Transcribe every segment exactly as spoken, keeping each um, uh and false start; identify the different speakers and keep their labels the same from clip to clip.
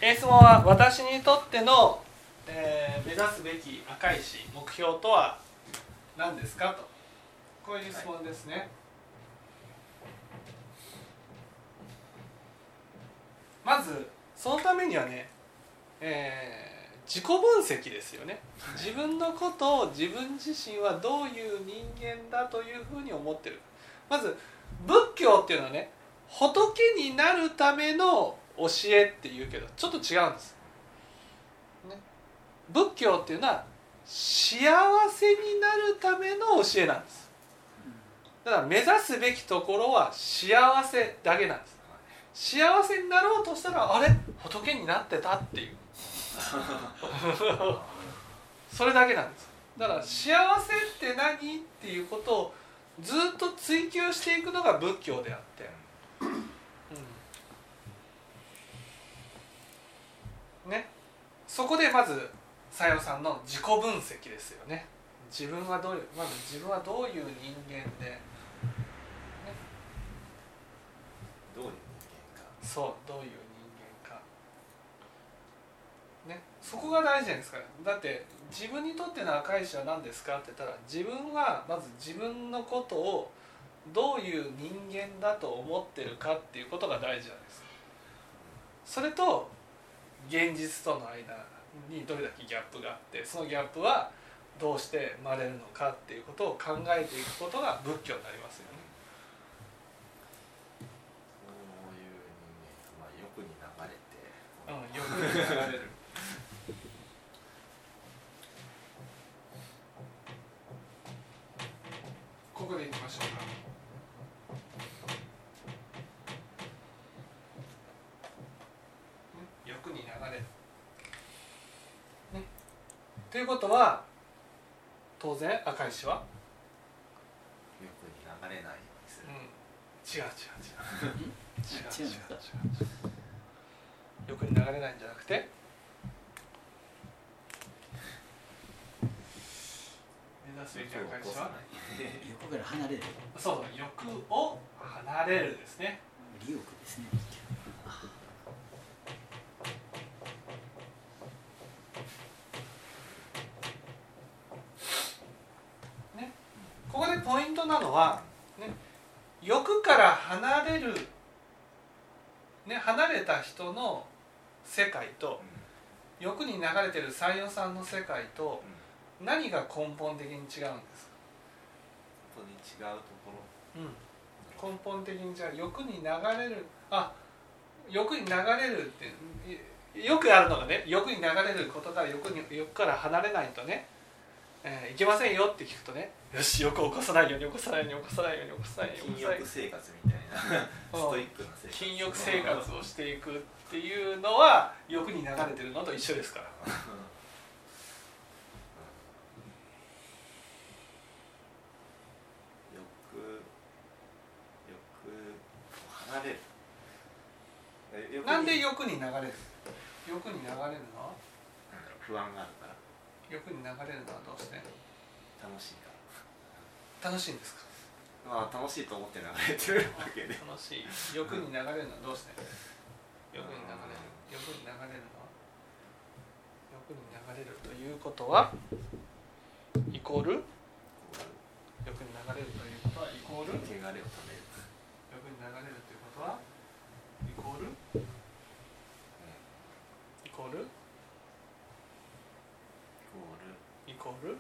Speaker 1: 質問は私にとっての、えー、目指すべき赤石目標とは何ですかと、こういう質問ですね、はい、まずそのためにはね、えー、自己分析ですよね。自分のことを自分自身はどういう人間だというふうに思ってる。まず仏教っていうのはね、仏になるための教えっていうけどちょっと違うんです、ね、仏教っていうのは幸せになるための教えなんです。だから目指すべきところは幸せだけなんです。幸せになろうとしたらあれ仏になってたっていうそれだけなんです。だから幸せって何っていうことをずっと追求していくのが仏教であって、うん、ね、そこでまずさよさんの自己分析ですよね。自分はどういうまず自分はどういう人間で、ね、
Speaker 2: どういう人間か、
Speaker 1: そうどういう人間か、ね、そこが大事じゃないですか。だって自分にとっての赤石は何ですかって言ったら、自分はまず自分のことをどういう人間だと思ってるかっていうことが大事じゃないですか。それと現実との間にどれだけギャップがあって、そのギャップはどうして生まれるのかっていうことを考えていくことが仏教になりますよね。
Speaker 2: そういう人間、まあ、欲に流れて、
Speaker 1: うん、欲に流れるここでいきましょうか。欲に流れる、ね、ということは当然赤石は
Speaker 2: 欲に流れないようにする、
Speaker 1: うん、違う違う違う違う違う違う違う欲に流れないんじゃなくて、目指すべき赤石は
Speaker 3: 欲から離れる。
Speaker 1: そうそう、欲を離れるですね。
Speaker 3: 利欲ですね。
Speaker 1: ね、ここでポイントなのは、ね、欲から離れる、ね、離れた人の世界と、うん、欲に流れてる西洋さんの世界と、うん、何が根本的に違うんですか？
Speaker 2: 本当に違うところ、
Speaker 1: うん、根本的に違う。欲に流れる、あ、欲に流れるってよくあるのがね、欲に流れることから欲に欲から離れないとね、えー、いけませんよって聞くとね、よし欲を起こさないように起こさないように起こさないように起こさないように、
Speaker 2: 禁欲生活みたいなストイックな生活、
Speaker 1: 禁欲生活をしていくっていうのは欲に流れてるのと一緒ですから
Speaker 2: 離れる。
Speaker 1: なんで欲に流れる？欲に流れるのは
Speaker 2: 不安があるから。
Speaker 1: 欲に流れるのはどうして？
Speaker 2: 楽しいから。
Speaker 1: 楽しいんですか？
Speaker 2: まあ楽しいと思って流れてるわけで。
Speaker 1: 楽しい。欲に流れるのはどうして？欲に流れる。欲に流れるのは欲に流れるということはイコール欲に流れるということはイコール
Speaker 2: 汚れをためる。
Speaker 1: 欲に流れるということはイコールイコールイコール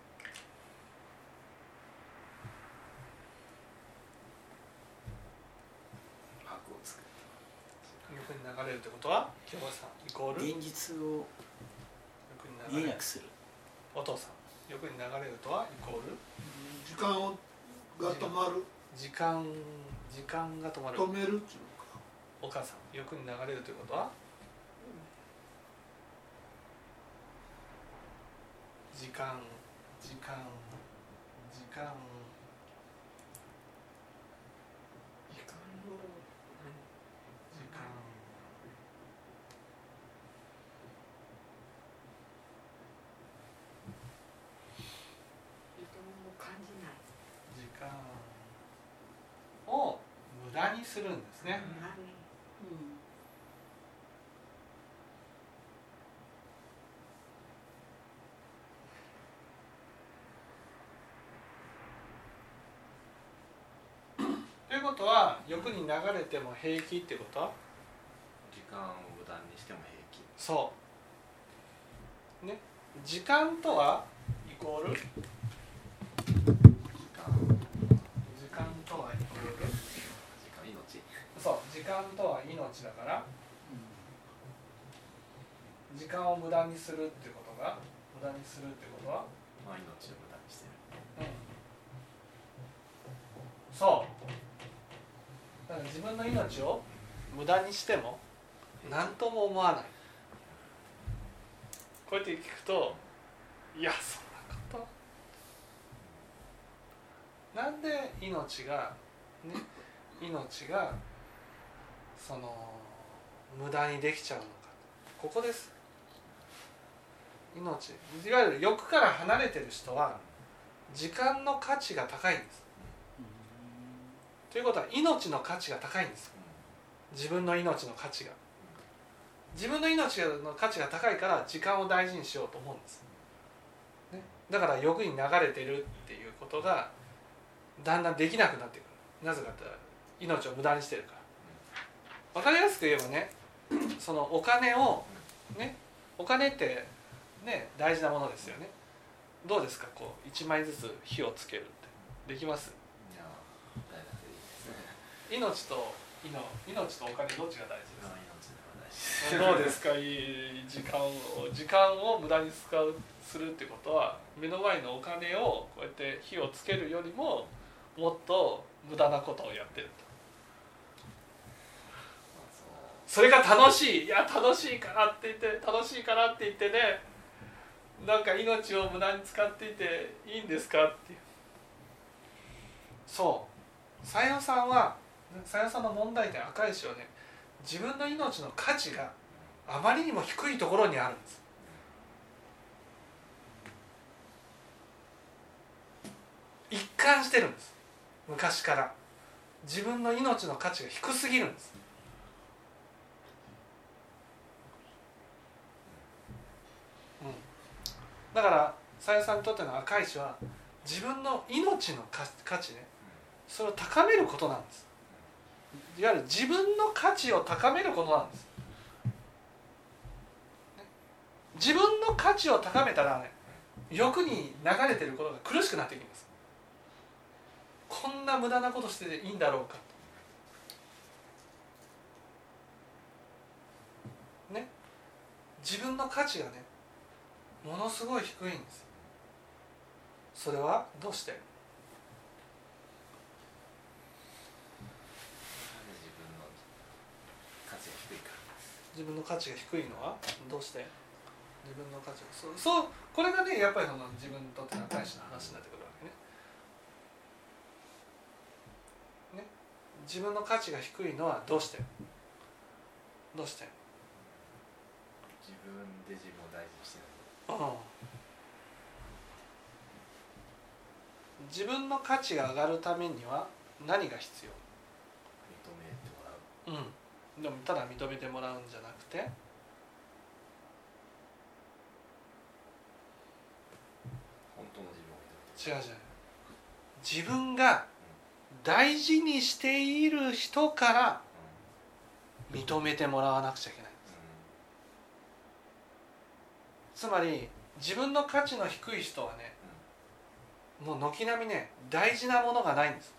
Speaker 2: 悪を作る。
Speaker 1: 欲に流れるということは清原さんイコール
Speaker 3: 現実を見えなくする。
Speaker 1: お父さん欲に流れるとはイコール
Speaker 4: 時間をが止まる。
Speaker 1: 時間時間が止まる。
Speaker 4: 止めるっていうのか。
Speaker 1: お母さん欲に流れるということは時間時間時間時間を時間時間を無駄にするんですね、 ことは欲に流れても平気ってこと？
Speaker 2: 時間を無駄にしても平気。
Speaker 1: そうね。時間とはイコール
Speaker 2: 時間
Speaker 1: 時間とはイコール
Speaker 2: 時間命。
Speaker 1: そう時間とは命だから、時間を無駄にするってことが無駄にするってことは、
Speaker 2: まあ命を無駄にしてる。
Speaker 1: うん、そうだから自分の命を無駄にしても何とも思わない。こうやって聞くと、いやそんなことなんで命がね命がその無駄にできちゃうのか、ここです。命、いわゆる欲から離れてる人は時間の価値が高いんです。ということは命の価値が高いんです。自分の命の価値が自分の命の価値が高いから時間を大事にしようと思うんです、ね、だから欲に流れてるっていうことがだんだんできなくなってくる。なぜかって言ったら命を無駄にしてるから。分かりやすく言えばね、そのお金をね、お金ってね大事なものですよね。どうですか、こういちまいずつ火をつけるってできます？
Speaker 2: いや大学でいいですね。
Speaker 1: 命と命とお金どっちが大事
Speaker 2: まあ
Speaker 1: ですか？
Speaker 2: 命の方が大事です。
Speaker 1: どうですか？いい時間を時間を無駄に使うするってことは、目の前のお金をこうやって火をつけるよりももっと無駄なことをやってると。それが楽しい、いや楽しいからって言って楽しいからって言ってね、なんか命を無駄に使っていていいんですかっていう。そうさよさんはさよさんの問題点、赤石はね、自分の命の価値があまりにも低いところにあるんです。一貫してるんです。昔から自分の命の価値が低すぎるんです。うん、だからさやさんにとっての赤石は自分の命の価値ね、それを高めることなんです。いわゆる自分の価値を高めることなんです。自分の価値を高めたらね、欲に流れてることが苦しくなってきます。こんな無駄なことしていいんだろうかとね。自分の価値がねものすごい低いんです。それはどうして？自分の価値が低いのはどうして？自分の価値がそう、そうこれがねやっぱりその自分にとっての大事な話になってくるわけね。ね、自分の価値が低いのはどうして？どうして？
Speaker 2: 自分で自分を大事にして
Speaker 1: る。うん。自分の価値が上がるためには何が必要？
Speaker 2: 認めてもらう。
Speaker 1: うん。でもただ認めてもらうんじゃなくて、
Speaker 2: 本当の自分を認めて。
Speaker 1: 違う違う。自分が大事にしている人から認めてもらわなくちゃいけないんです。つまり自分の価値の低い人はね、もう軒並みね大事なものがないんです。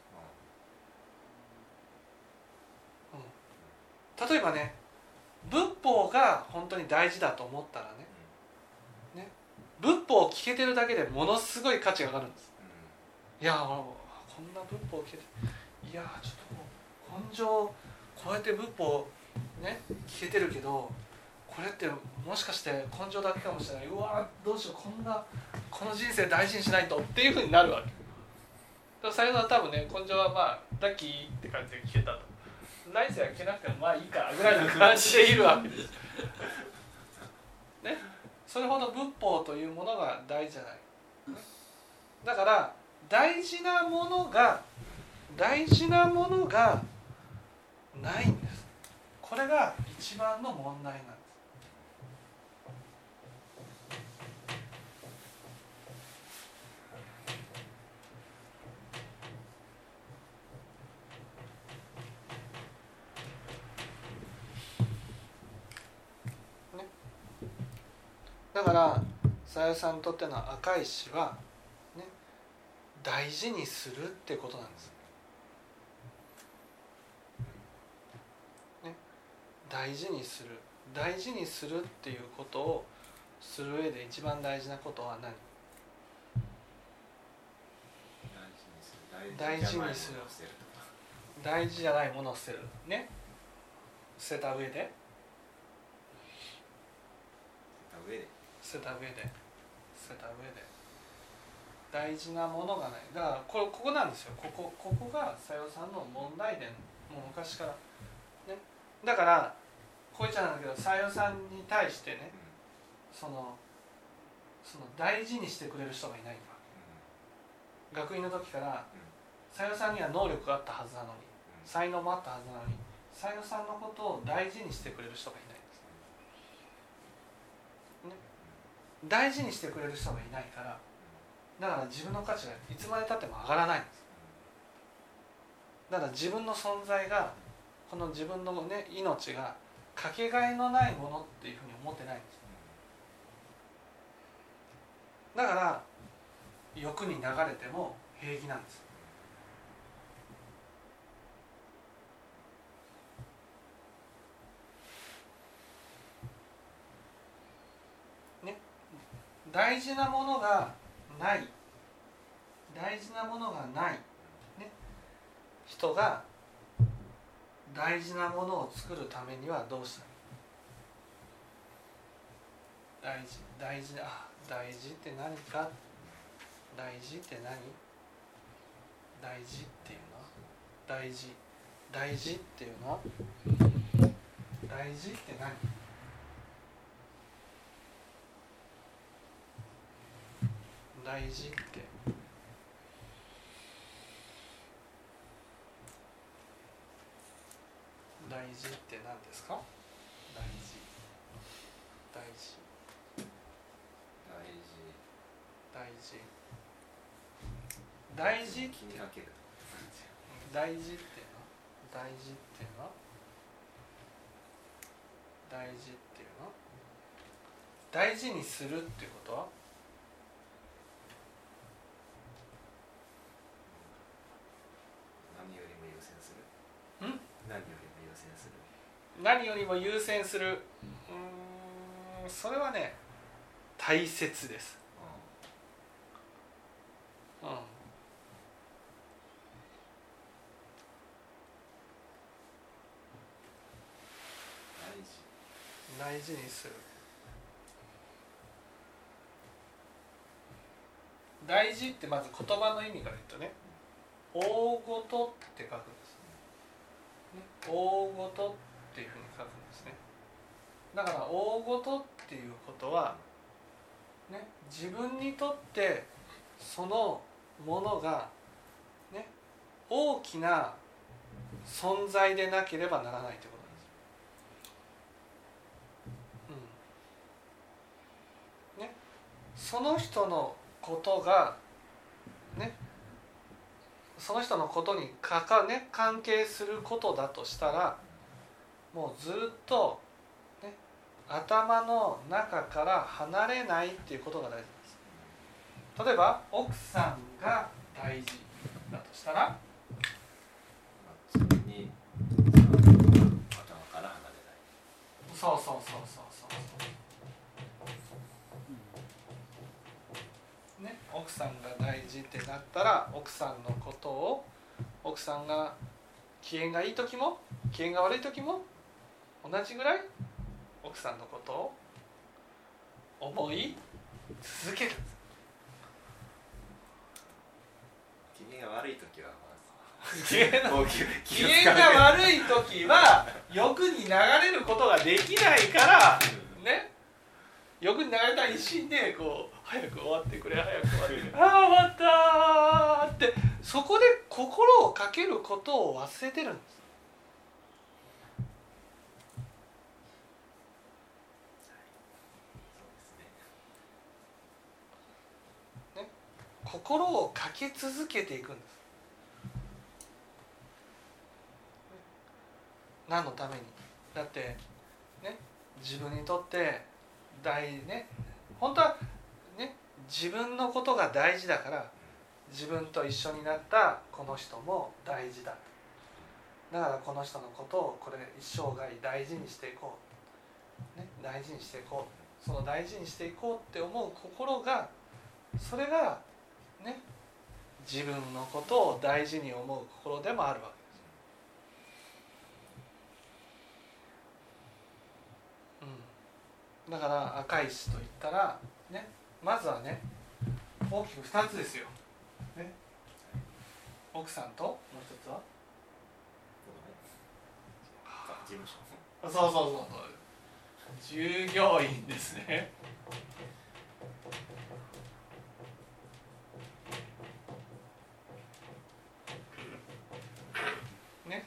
Speaker 1: 例えばね、仏法が本当に大事だと思ったらね、ね、仏法を聞けてるだけでものすごい価値が上がるんです。いやこんな仏法を聞けて、いやちょっともう根性こうやって仏法ね聞けてるけど、これってもしかして根性だけかもしれない。うわどうしよう、こんなこの人生大事にしないとっていうふうになるわけ。だから最初は多分ね、根性はまあラッキーって感じで聞けたと。来世は聞けなくてもまあいいかぐらいの感じでいるわけです。ね、それほど仏法というものが大事じゃない。だから大事なものが大事なものがないんです。これが一番の問題なんです。 だからさゆさんにとっての赤石は、ね、大事にするってことなんです、ね、大事にする大事にするっていうことをする上で一番大事なことは何？大事にする。大事じゃないものを捨てるね。捨てた上で捨てた上で捨てた上で大事なものがない。だからこれここなんですよ。ここここがさよさんの問題点、もう昔からね。だからこう言っちゃうんだけど、さよさんに対してね、そのその大事にしてくれる人がいないんだ。学院の時からさよさんには能力があったはずなのに、才能もあったはずなのに、さよさんのことを大事にしてくれる人がいないんです、ね、大事にしてくれる人がいないから、だから自分の価値がいつまでたっても上がらないんです。だから自分の存在が、この自分の、ね、命がかけがえのないものっていうふうに思ってないんです。だから欲に流れても平気なんです。ね、大事なものがない、大事なものがない、ね、人が大事なものを作るためにはどうしたらいい？大事、大事、あ、大事って何か？大事って何？大事っていうの？大事、大事っていうの？大事って何？大事って大事って何ですか？大事、大事、
Speaker 2: 大事、
Speaker 1: 大事、大事って
Speaker 2: 気にかける。
Speaker 1: 大事っていうの？大事っていうの？大事っていうの？大事にするっていうことは？
Speaker 2: 何よりも優先する。
Speaker 1: ん？
Speaker 2: 何よりも優先する。
Speaker 1: 何よりも優先する。うーん、それはね、大切です。うん。大事にする。大事ってまず言葉の意味から言うとね、大ごとって書くんですね。大ごとっていうふうに書くんですね。だから大ごとっていうことは、ね、自分にとってそのものが、ね、大きな存在でなければならないということなんです。うんね、その人のことが、ね、その人のことにかか、ね、関係することだとしたら、もうずっと、ね、頭の中から離れないっていうことが大事です。例えば奥さんが大事だとしたら、
Speaker 2: それに頭から離れない。
Speaker 1: そうそうそうそうそうそうね、奥さんが大事ってなったら、奥さんのことを、奥さんが機嫌がいい時も機嫌が悪い時も同じぐらい奥さんのことを思い続ける。
Speaker 2: 機嫌が悪い時は
Speaker 1: 機嫌が悪い時は欲に流れることができないからね、欲に流れた一心でこう早く終わってくれ、早く終わってくれ、ああ終わったーって、そこで心をかけることを忘れてるんです。ね、心をかけ続けていくんです。何のために？だってね、自分にとって大ね、 本当はね自分のことが大事だから自分と一緒になったこの人も大事だ、だからこの人のことをこれ一生涯大事にしていこう、ね、大事にしていこう、その大事にしていこうって思う心が、それがね自分のことを大事に思う心でもあるわけです、うん、だから赤石といったらね、まずはね大きくふたつですよ、ね、奥さんともう一つは
Speaker 2: 事務所。
Speaker 1: そうそうそうそう従業員ですね。ね、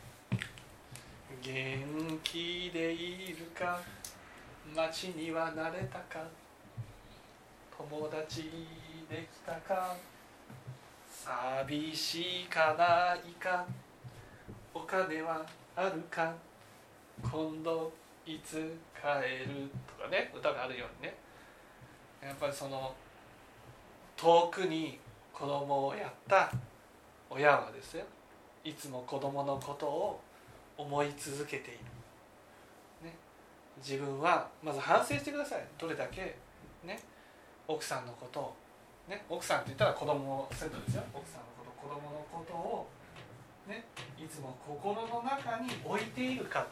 Speaker 1: 元気でいるか、街には慣れたか、友達できたか、寂しいかないか、お金はあるか、今度いつ帰るとかね、歌があるようにね、やっぱりその遠くに子供をやった親はですよ、いつも子供のことを思い続けている、ね、自分はまず反省してください。どれだけね奥さんのことを、ね、奥さんって言ったら子供セットですよ。奥さんのこと、子供のことをね、いつも心の中に置いているか、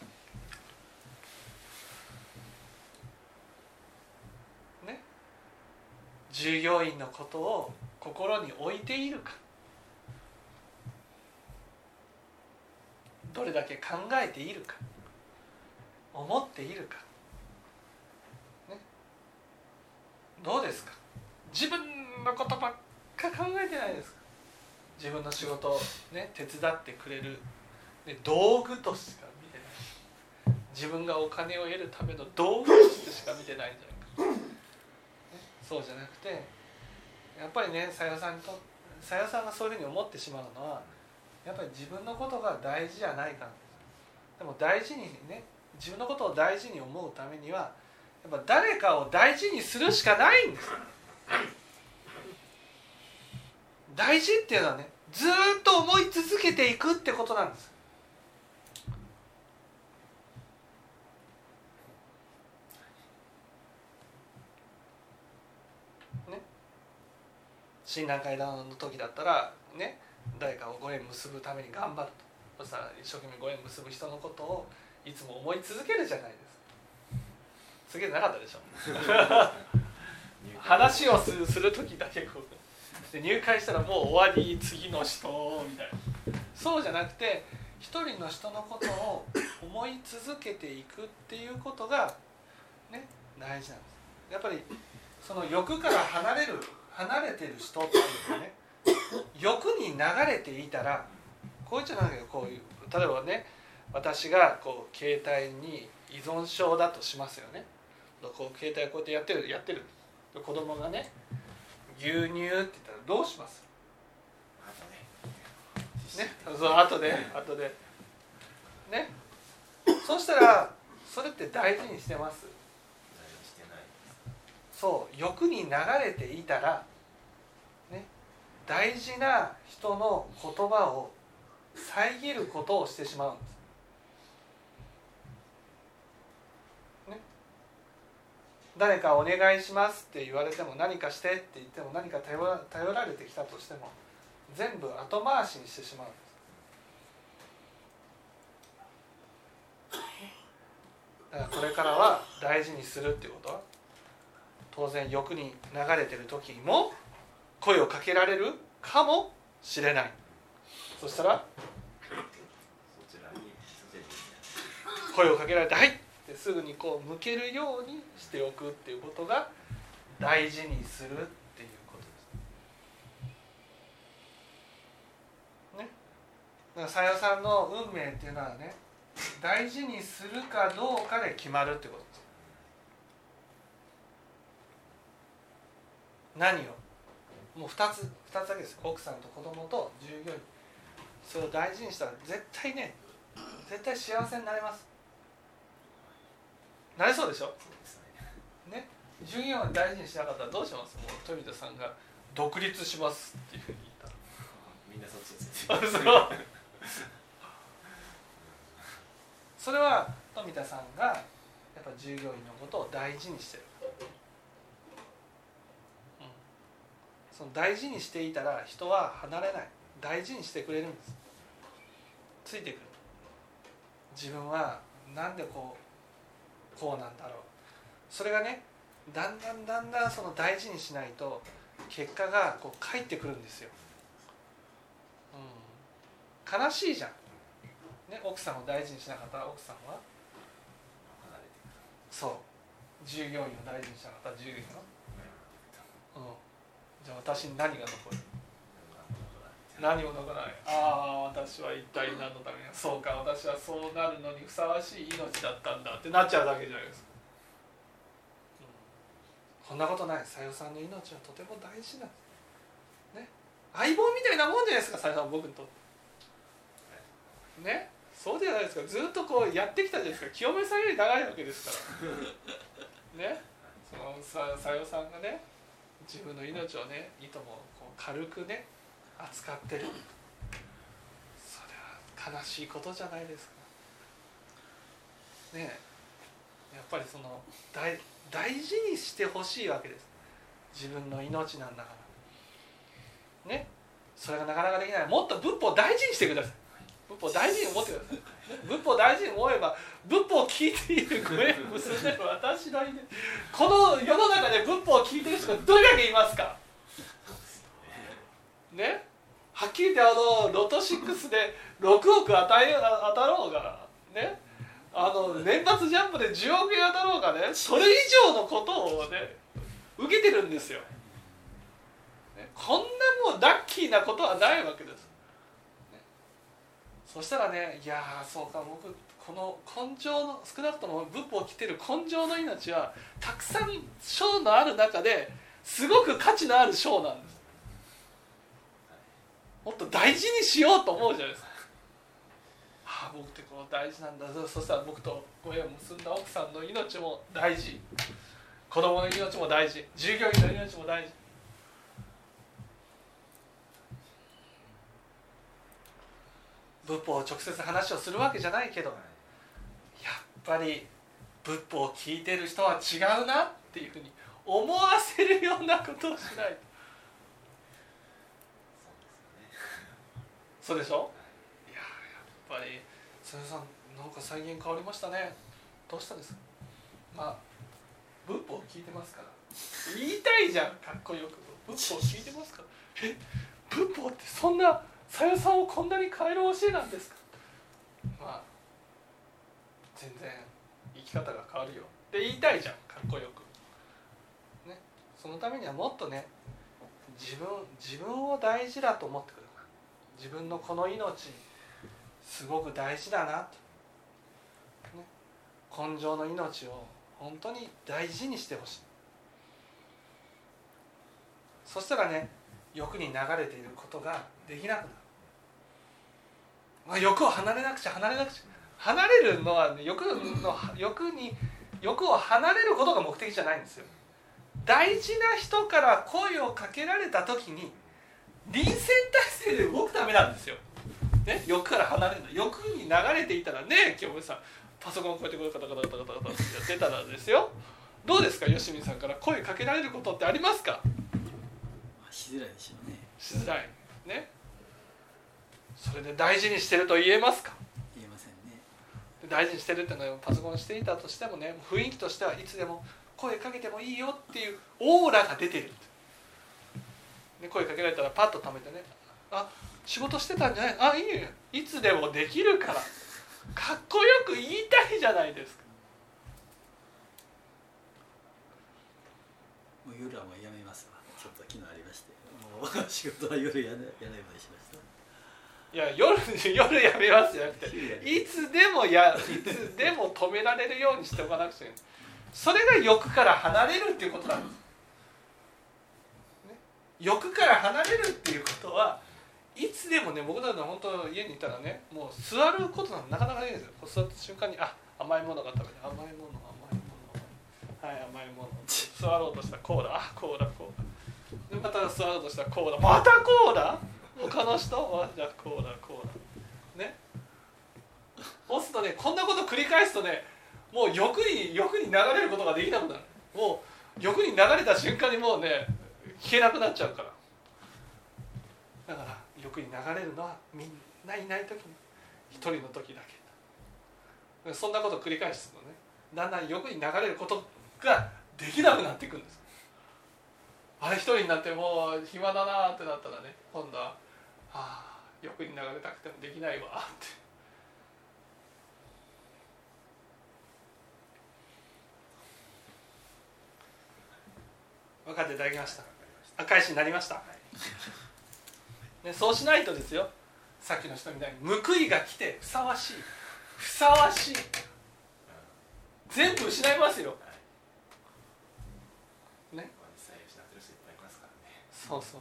Speaker 1: ね、従業員のことを心に置いているか、どれだけ考えているか、思っているか、ね、どうですか。自分のことばっか考えてないですか。自分の仕事を、ね、手伝ってくれる、ね、道具としか見てない。自分がお金を得るための道具としてしか見てないんじゃないか、ね、そうじゃなくて、やっぱりね、さよさんとさよさんがそういうふうに思ってしまうのは、やっぱり自分のことが大事じゃないからです。でも大事にね、自分のことを大事に思うためには、やっぱ誰かを大事にするしかないんです。大事っていうのはね、ずっと思い続けていくってことなんです。ね、親鸞会談の時だったらね、誰かをご縁結ぶために頑張ると、そしたら一生懸命ご縁結ぶ人のことをいつも思い続けるじゃないですか。続けてなかったでしょ話をするする時だけこうで入会したらもう終わり、次の人みたいな。そうじゃなくて、一人の人のことを思い続けていくっていうことがね、大事なんです。やっぱりその欲から離れる離れてる人っていうのはね、欲に流れていたら、こういっちゃなんだけど、こういう例えばね、私がこう携帯に依存症だとしますよね。こう携帯こうやってやってるやってる子供がね、牛乳って言ったらどうします？ね、そう後で後でね。そしたらそれって大事にしてます？
Speaker 2: 大事にしてないです。
Speaker 1: そう、欲に流れていたらね、大事な人の言葉を遮ることをしてしまうんです。誰かお願いしますって言われても、何かしてって言っても、何か頼ら、頼られてきたとしても全部後回しにしてしまうんです。だからこれからは大事にするっていうことは、当然欲に流れてる時にも声をかけられるかもしれない。そしたら
Speaker 2: そちらに
Speaker 1: 声をかけられて、はいすぐにこう向けるようにしておくっていうことが大事にするっていうことですね。だからさよさんの運命っていうのはね、大事にするかどうかで決まるってことです。何をもうふたつふたつだけです。奥さんと子供と従業員、それを大事にしたら絶対ね、絶対幸せになれます。なれそうでしょ、ね、 従業員を大事にしなかったらどうします？もう富田さんが独立しますっていうふうに言ったら
Speaker 2: みんなそっちです
Speaker 1: そうそうそれは富田さんがやっぱ従業員のことを大事にしてる、うん、その大事にしていたら人は離れない。大事にしてくれるんです。ついてくる。自分はなんでこうこうなんだろう。それがねだんだんだんだんその大事にしないと結果がこう返ってくるんですよ、うん、悲しいじゃん、ね、奥さんを大事にしなかったら奥さんは
Speaker 2: 離れていく。
Speaker 1: そう従業員を大事にしなかったら従業員は、うん、じゃあ私に何が残る？何も残らない。ああ私は一体何のために、そうか私はそうなるのにふさわしい命だったんだってなっちゃうだけじゃないですか、うん、こんなことない。さよさんの命はとても大事なんです、ね、相棒みたいなもんじゃないですか。さよさん僕にとってね。そうじゃないですか。ずっとこうやってきたじゃないですか。清めさんより長いわけですからね。その さ, さよさんがね自分の命をねいともこう軽くね扱ってる。それは悲しいことじゃないですかね。えやっぱりその 大, 大事にしてほしいわけです。自分の命なんだからね。それがなかなかできない。もっと仏法を大事にしてください。仏法を大事に思ってください。仏法を大事に思えば仏法を聞いているご縁結んでる私のいるこの世の中で仏法を聞いている人がどれだけいますかね。はっきり言ってあのロトろくでろくおく当たり当たろうがね、あの年末ジャンプでじゅうおく円当たろうがね、それ以上のことをね受けてるんですよ、ね、こんなもうラッキーなことはないわけです、ね、そしたらね、いやーそうか僕この根性の少なくとも仏法を着てる根性の命はたくさん章のある中ですごく価値のある章なんです。もっと大事にしようと思うじゃないですか。はあ、僕ってこう大事なんだ。そしたら僕とご縁を結んだ奥さんの命も大事、子供の命も大事、従業員の命も大事。仏法を直接話をするわけじゃないけど、やっぱり仏法を聞いてる人は違うなっていうふうに思わせるようなことをしないと。そうでしょ。いややっぱりさよさんなんか最近変わりましたね。どうしたんですか。まあ仏法を聞いてますから言いたいじゃん、かっこよく。仏法を聞いてますからえ仏法ってそんなさよさんをこんなに変える教えなんですか。まあ全然生き方が変わるよって言いたいじゃん、かっこよくね。そのためにはもっとね自分自分を大事だと思ってくる。自分のこの命すごく大事だなと、ね、根性の命を本当に大事にしてほしい。そしたらね欲に流れていることができなくなる、まあ、欲を離れなくちゃ離れなくちゃ離れるのは、ね、欲の欲に欲を離れることが目的じゃないんですよ。大事な人から声をかけられた時に臨戦態勢で動くためなんですよ、ね、欲から離れる。欲に流れていたらね、今日さパソコンをこうやってこうカタカタカタカタカタってやってたらですよ。どうですか、吉見さんから声かけられることってありますか。
Speaker 3: しづらいでしょうね。
Speaker 1: しづらいね。それで大事にしてると言えますか。
Speaker 3: 言えませんね。
Speaker 1: 大事にしてるってのはパソコンしていたとしてもね、雰囲気としてはいつでも声かけてもいいよっていうオーラが出てる。で声かけられたらパッと止めてね、あ仕事してたんじゃない、あいいよ、いつでもできるからかっこよく言いたいじゃないですか。
Speaker 3: もう夜はもうやめますわ。ちょっと昨日ありまして、もう仕事は夜やらないようにしました。
Speaker 1: いや 夜, 夜やめますじゃなくて、いつでもやいつでも止められるようにしておかなくちゃいけない。それが欲から離れるっていうことなんです、ね、欲から離れるっていうことはいつでもね、僕らの本当家にいたらね、もう座ることなんてなかなかないんですよ。座った瞬間にあ甘いものが食べる、甘いもの甘いものはい甘いもの座ろうとしたらコーラあコーラコーラでまた座ろうとしたらコーラまたコーラ他の人はじゃあコーラコーラね押すとねこんなこと繰り返すとねもう欲に欲に流れることができなくなるもう欲に流れた瞬間にもうね聞けなくなっちゃうからだから欲に流れるのはみんないない時に一人の時だけそんなことを繰り返すとねだんだん欲に流れることができなくなっていくんです。あれ一人になってもう暇だなってなったらね今度は、はあ、欲に流れたくてもできないわって分かっていただきました。赤石になりました、ね、そうしないとですよさっきの人みたいに報いが来てふさわしいふさわしい全部失いますよ、ね、
Speaker 2: 実際失ってる人いっぱいいますからね。
Speaker 1: そうそう、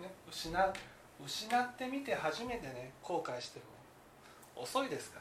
Speaker 1: ね、失失ってみて初めてね後悔しても遅いです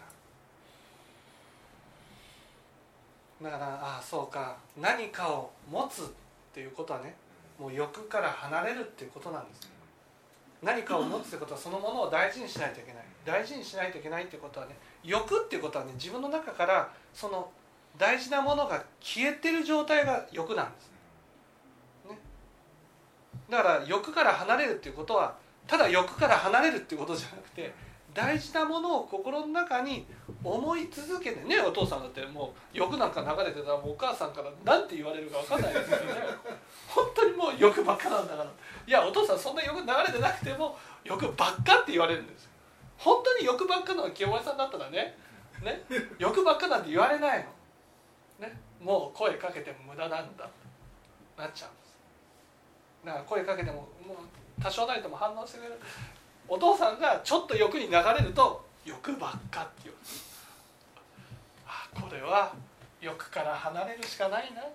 Speaker 1: からだからああそうか何かを持つっていうことはねもう欲から離れるっていうことなんです。何かを持つってことはそのものを大事にしないといけない大事にしないといけないっていうことはね欲っていうことはね自分の中からその大事なものが消えてる状態が欲なんです、ね、だから欲から離れるっていうことはただ欲から離れるっていうことじゃなくて大事なものを心の中に思い続けてねお父さんだってもう欲なんか流れてたらもうお母さんから何て言われるか分かんないですよね本当にもう欲ばっかなんだからいやお父さんそんな欲流れてなくても欲ばっかって言われるんですよ。本当に欲ばっかの清盛さんだったらねね欲ばっかなんて言われないの、ね、もう声かけても無駄なんだなっちゃうんです。だから声かけてももう多少なりとも反応してくれるお父さんがちょっと欲に流れると欲ばっかって言うあこれは欲から離れるしかないな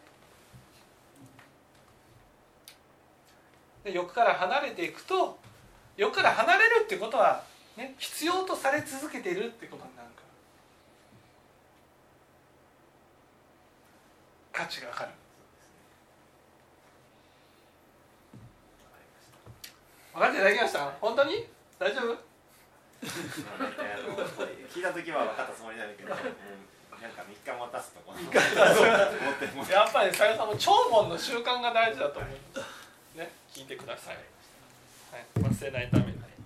Speaker 1: で欲から離れていくと欲から離れるってことは、ね、必要とされ続けているってことになるから価値が分かる。分かっていただきました？本当に大丈夫？
Speaker 2: 聞いた時は分かったつもりなんだけど、もうなんかみっかもたすとこ
Speaker 1: みっかやっぱりさやさんも聴聞の習慣が大事だと思います。ね、聞いてください。はい、忘れないために。